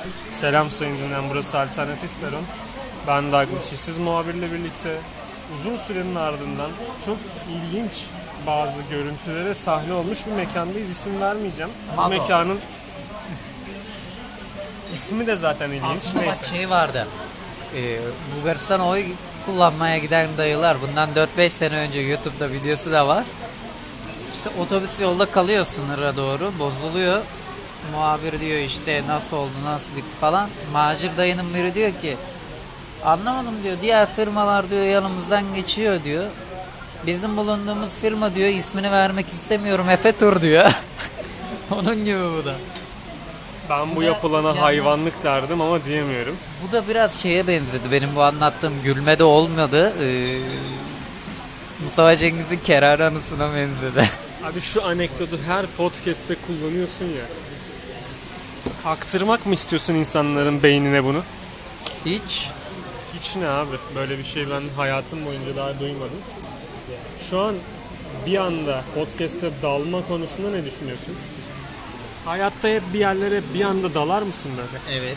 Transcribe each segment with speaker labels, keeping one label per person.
Speaker 1: Selam sayın dinleyen, burası Alternatif Peron. Ben Douglas İşsiz muhabirle birlikte uzun sürenin ardından çok ilginç bazı görüntülere sahne olmuş bir mekandayız. İsim vermeyeceğim. Bu
Speaker 2: Mago.
Speaker 1: mekanın ismi de zaten ilginç.
Speaker 2: Aslında bak
Speaker 1: Neyse.
Speaker 2: şey vardı. Bulgaristan'a oy kullanmaya giden dayılar bundan 4-5 sene önce YouTube'da videosu da var. İşte otobüs yolda kalıyor sınıra doğru bozuluyor. Muhabir diyor işte nasıl oldu nasıl bitti falan. Macir dayının biri diyor ki anlamadım diyor, diğer firmalar diyor yanımızdan geçiyor diyor. Bizim bulunduğumuz firma diyor ismini vermek istemiyorum Efe Tur diyor. Onun gibi bu da.
Speaker 1: Ben bu
Speaker 2: da
Speaker 1: yapılana
Speaker 2: yalnız-
Speaker 1: hayvanlık derdim ama diyemiyorum.
Speaker 2: Bu da biraz şeye benzedi. Benim bu anlattığım gülmede olmadı. Mustafa Cengiz'in Kerar Anısı'na benzedi.
Speaker 1: Abi şu anekdotu her podcast'te kullanıyorsun ya. Kaktırmak mı istiyorsun insanların beynine bunu?
Speaker 2: Hiç.
Speaker 1: Hiç ne abi? Böyle bir şey ben hayatım boyunca daha duymadım. Şu an bir anda podcast'te dalma konusunda ne düşünüyorsun? Hayatta hep bir yerlere bir anda dalar mısın böyle?
Speaker 2: Evet.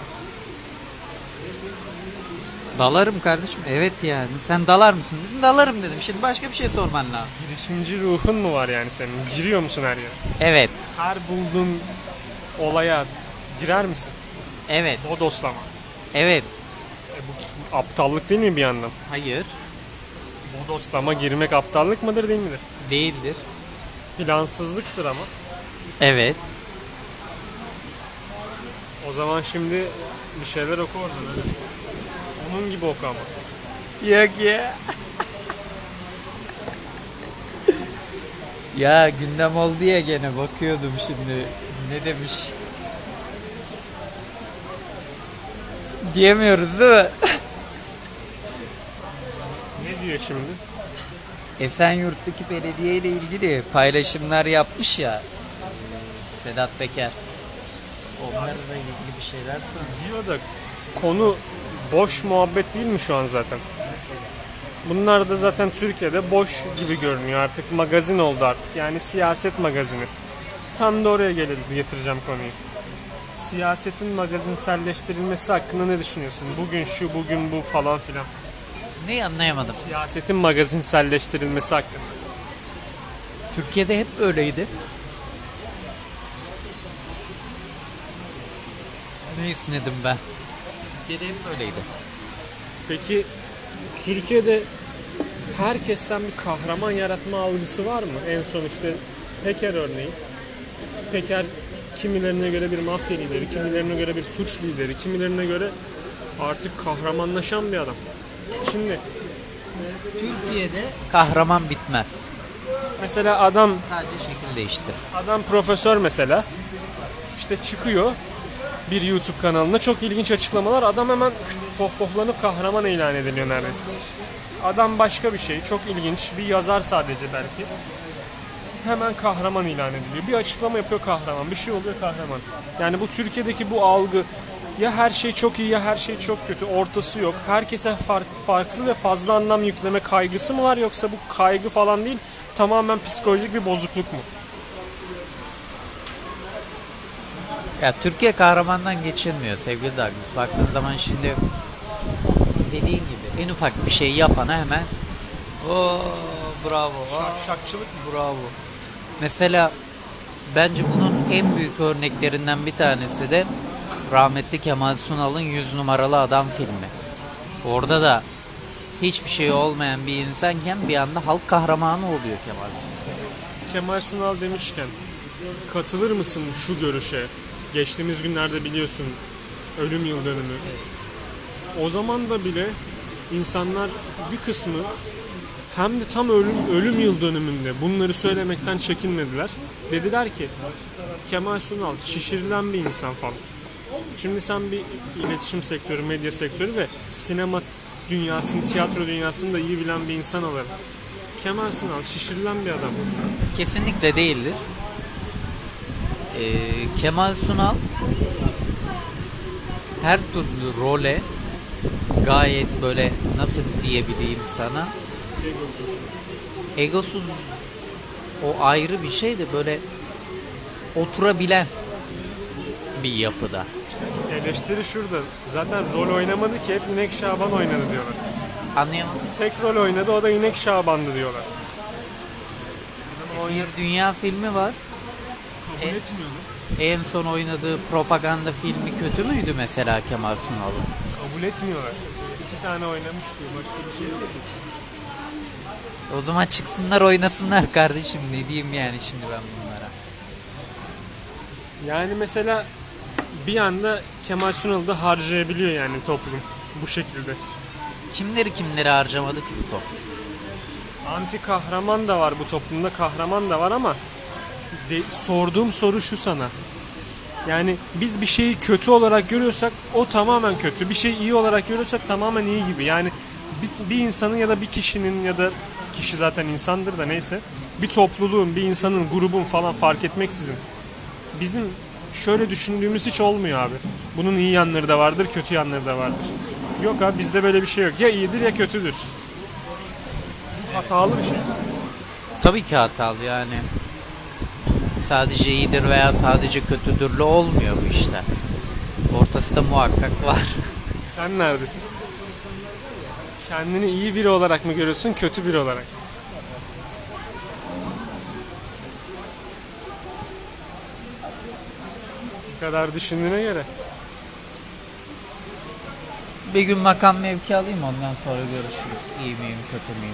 Speaker 2: Dalarım kardeşim. Evet yani. Sen dalar mısın dedim. Dalarım dedim. Şimdi başka bir şey sorman lazım.
Speaker 1: Girişimci ruhun mu var yani senin? Giriyor musun her yere?
Speaker 2: Evet.
Speaker 1: Her bulduğun olaya girer misin?
Speaker 2: Evet.
Speaker 1: Bodoslama.
Speaker 2: Evet.
Speaker 1: Bu aptallık değil mi bir yandan?
Speaker 2: Hayır.
Speaker 1: Bodoslama girmek aptallık mıdır değil midir?
Speaker 2: Değildir.
Speaker 1: Plansızlıktır ama.
Speaker 2: Evet.
Speaker 1: O zaman şimdi bir şeyler oku oradan öyle. Onun gibi oku ama.
Speaker 2: Yok ya. Ya gündem oldu ya gene bakıyordum şimdi. Ne demiş? Diyemiyoruz değil mi?
Speaker 1: Ne diyor şimdi?
Speaker 2: Esenyurt'taki belediye ile ilgili paylaşımlar yapmış ya Sedat Peker. Onlarla ilgili bir şeyler söylüyor.
Speaker 1: Diyor da konu boş muhabbet değil mi şu an zaten? Bunlar da zaten Türkiye'de boş gibi görünüyor artık, magazin oldu artık, yani siyaset magazini. Tam da oraya getireceğim konuyu. Siyasetin magazinselleştirilmesi hakkında ne düşünüyorsun? Bugün şu, bugün bu falan filan.
Speaker 2: Neyi anlayamadım.
Speaker 1: Siyasetin magazinselleştirilmesi hakkında.
Speaker 2: Türkiye'de hep böyleydi. Ne istedim ben? Türkiye'de hep böyleydi.
Speaker 1: Peki Türkiye'de herkesten bir kahraman yaratma algısı var mı? En son işte Peker örneği. Peker kimilerine göre bir mafya lideri, kimilerine göre bir suç lideri, kimilerine göre artık kahramanlaşan bir adam. Şimdi
Speaker 2: Türkiye'de kahraman bitmez.
Speaker 1: mesela adam
Speaker 2: Sadece şekil değiştir.
Speaker 1: profesör mesela işte çıkıyor bir YouTube kanalına, çok ilginç açıklamalar, adam hemen pohpohlanıp kahraman ilan ediliyor neredeyse. Adam başka bir şey, çok ilginç bir yazar sadece belki. Hemen kahraman ilan ediliyor. Bir açıklama yapıyor, kahraman. Bir şey oluyor, kahraman. Yani bu Türkiye'deki bu algı, ya her şey çok iyi ya her şey çok kötü. Ortası yok. Herkese farklı ve fazla anlam yükleme kaygısı mı var, yoksa bu kaygı falan değil, tamamen psikolojik bir bozukluk mu?
Speaker 2: Ya Türkiye kahramandan geçilmiyor sevgili Douglas. Baktığın zaman şimdi dediğin gibi en ufak bir şey yapana hemen o bravo.
Speaker 1: Şakçılık mı?
Speaker 2: Bravo. Mesela bence bunun en büyük örneklerinden bir tanesi de rahmetli Kemal Sunal'ın 100 numaralı adam filmi. Orada da hiçbir şey olmayan bir insanken bir anda halk kahramanı oluyor Kemal.
Speaker 1: Kemal Sunal demişken, katılır mısın şu görüşe? Geçtiğimiz günlerde biliyorsun ölüm yıl dönümü. O zaman da bile insanlar bir kısmı, hem de tam ölüm yıl dönümünde bunları söylemekten çekinmediler. Dediler ki Kemal Sunal şişirilen bir insan falan. Şimdi sen bir iletişim sektörü, medya sektörü ve sinema dünyasını, tiyatro dünyasını da iyi bilen bir insan olarak, Kemal Sunal şişirilen bir adam.
Speaker 2: Kesinlikle değildir. Kemal Sunal her türlü role gayet böyle nasıl diyebileyim sana, egosuz, o ayrı bir şey de böyle oturabilen bir yapıda.
Speaker 1: Eleştiri şurada. Zaten rol oynamadı ki, hep İnek Şaban oynadı diyorlar.
Speaker 2: Anlayamadım.
Speaker 1: Tek rol oynadı, o da İnek Şaban'dı diyorlar.
Speaker 2: Bir dünya filmi var.
Speaker 1: Kabul etmiyorlar.
Speaker 2: En son oynadığı propaganda filmi kötü müydü mesela Kemal Sunal'ın?
Speaker 1: Kabul etmiyorlar. 2 tane oynamış diyor. Başka bir şey yok.
Speaker 2: O zaman çıksınlar oynasınlar kardeşim, ne diyeyim yani şimdi ben bunlara.
Speaker 1: Yani mesela bir anda Kemal Sunal'ı da harcayabiliyor yani toplum bu şekilde.
Speaker 2: Kimleri harcamadı ki bu top?
Speaker 1: Anti kahraman da var bu toplumda, kahraman da var ama sorduğum soru şu sana. Yani biz bir şeyi kötü olarak görüyorsak o tamamen kötü. Bir şeyi iyi olarak görüyorsak tamamen iyi gibi. Yani bir insanın ya da bir kişinin ya da kişi zaten insandır da neyse. Bir topluluğun, bir insanın, grubun falan fark etmeksizin. Bizim şöyle düşündüğümüz hiç olmuyor abi. Bunun iyi yanları da vardır, kötü yanları da vardır. Yok abi, bizde böyle bir şey yok. Ya iyidir ya kötüdür. Hatalı bir şey.
Speaker 2: Tabii ki hatalı yani. Sadece iyidir veya sadece kötüdürle olmuyor bu işler. Ortası da muhakkak var.
Speaker 1: Sen neredesin? Kendini iyi biri olarak mı görüyorsun, kötü biri olarak? Bu kadar düşündüğüne göre.
Speaker 2: Bir gün makam mevki alayım, ondan sonra görüşürüz. İyi miyim kötü müyüm?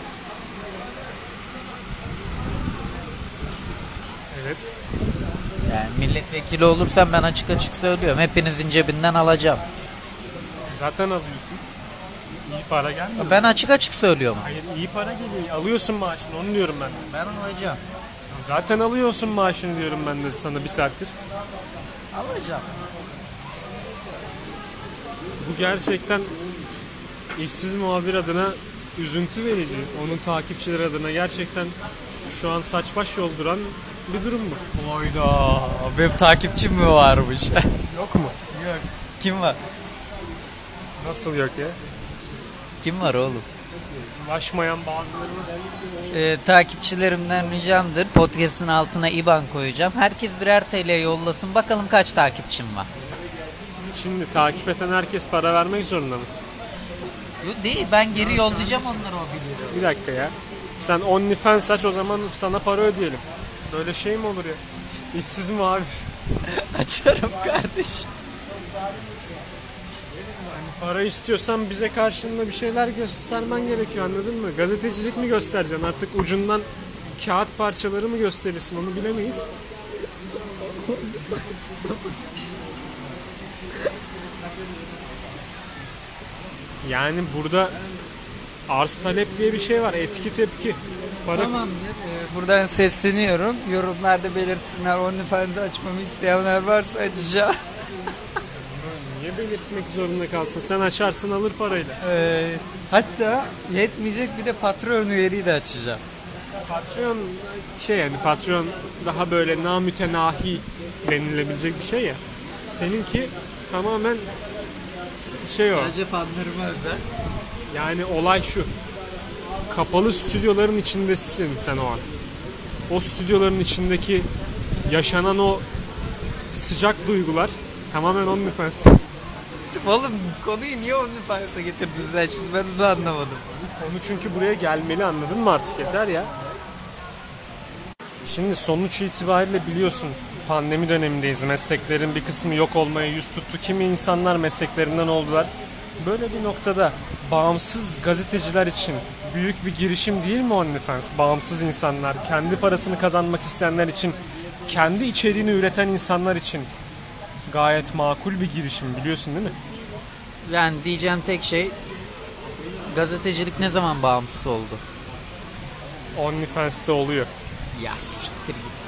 Speaker 1: Evet.
Speaker 2: Yani milletvekili olursam ben açık açık söylüyorum. Hepinizin cebinden alacağım.
Speaker 1: Zaten alıyorsun. İyi para gelmiyor.
Speaker 2: Ben açık açık söylüyorum.
Speaker 1: Hayır, iyi para geliyor. Alıyorsun maaşını, onu diyorum ben.
Speaker 2: Ben alacağım.
Speaker 1: Zaten alıyorsun maaşını diyorum ben de sana bir saattir.
Speaker 2: Alacağım.
Speaker 1: Bu gerçekten işsiz muhabir adına üzüntü verici. Onun takipçileri adına gerçekten şu an saç baş yolduran bir durum bu.
Speaker 2: Oyda. Benim takipçim mi varmış?
Speaker 1: Yok mu?
Speaker 2: Yok. Kim var?
Speaker 1: Nasıl yok ya?
Speaker 2: Kim var oğlum?
Speaker 1: Ulaşmayan bazılarına.
Speaker 2: Takipçilerimden ricamdır. Podcast'ın altına IBAN koyacağım. Herkes birer TL yollasın. Bakalım kaç takipçim var.
Speaker 1: Şimdi takip eden herkes para vermek zorunda mı?
Speaker 2: Yok değil. Ben geri yollayacağım onları o biliyor.
Speaker 1: Bir dakika ya. Sen OnlyFans aç, o zaman sana para ödeyelim. Böyle şey mi olur ya? İşsiz muhabir.
Speaker 2: Açarım kardeşim.
Speaker 1: Para istiyorsan bize karşılığında bir şeyler göstermen gerekiyor, anladın mı? Gazetecilik mi göstereceksin? Artık ucundan kağıt parçaları mı gösterirsin, onu bilemeyiz. Yani burada arz talep diye bir şey var. Etki tepki. Para...
Speaker 2: Tamamdır. Buradan sesleniyorum. Yorumlarda belirsinler. OnlyFans açmamı isteyenler varsa açacağım.
Speaker 1: Niye belirtmek zorunda kalsın? Sen açarsın, alır parayla.
Speaker 2: Hatta yetmeyecek, bir de Patreon üyeliği de açacağım.
Speaker 1: Patreon yani Patreon daha böyle namütenahi denilebilecek bir şey ya. Seninki tamamen o.
Speaker 2: Sadece fanlarıma özel.
Speaker 1: Yani olay şu. Kapalı stüdyoların içindesin sen o an. O stüdyoların içindeki yaşanan o sıcak duygular tamamen OnlyFans'ta.
Speaker 2: Oğlum konuyu niye OnlyFans'a getirdiniz sen şimdi, ben onu anlamadım.
Speaker 1: Onu çünkü buraya gelmeli, anladın mı artık, yeter ya. Şimdi sonuç itibariyle biliyorsun pandemi dönemindeyiz. Mesleklerin bir kısmı yok olmaya yüz tuttu. Kimi insanlar mesleklerinden oldular. Böyle bir noktada bağımsız gazeteciler için büyük bir girişim değil mi OnlyFans? Bağımsız insanlar, kendi parasını kazanmak isteyenler için, kendi içeriğini üreten insanlar için gayet makul bir girişim, biliyorsun değil mi?
Speaker 2: Yani diyeceğim tek şey, gazetecilik ne zaman bağımsız oldu?
Speaker 1: OnlyFans'te oluyor.
Speaker 2: Ya siktir git.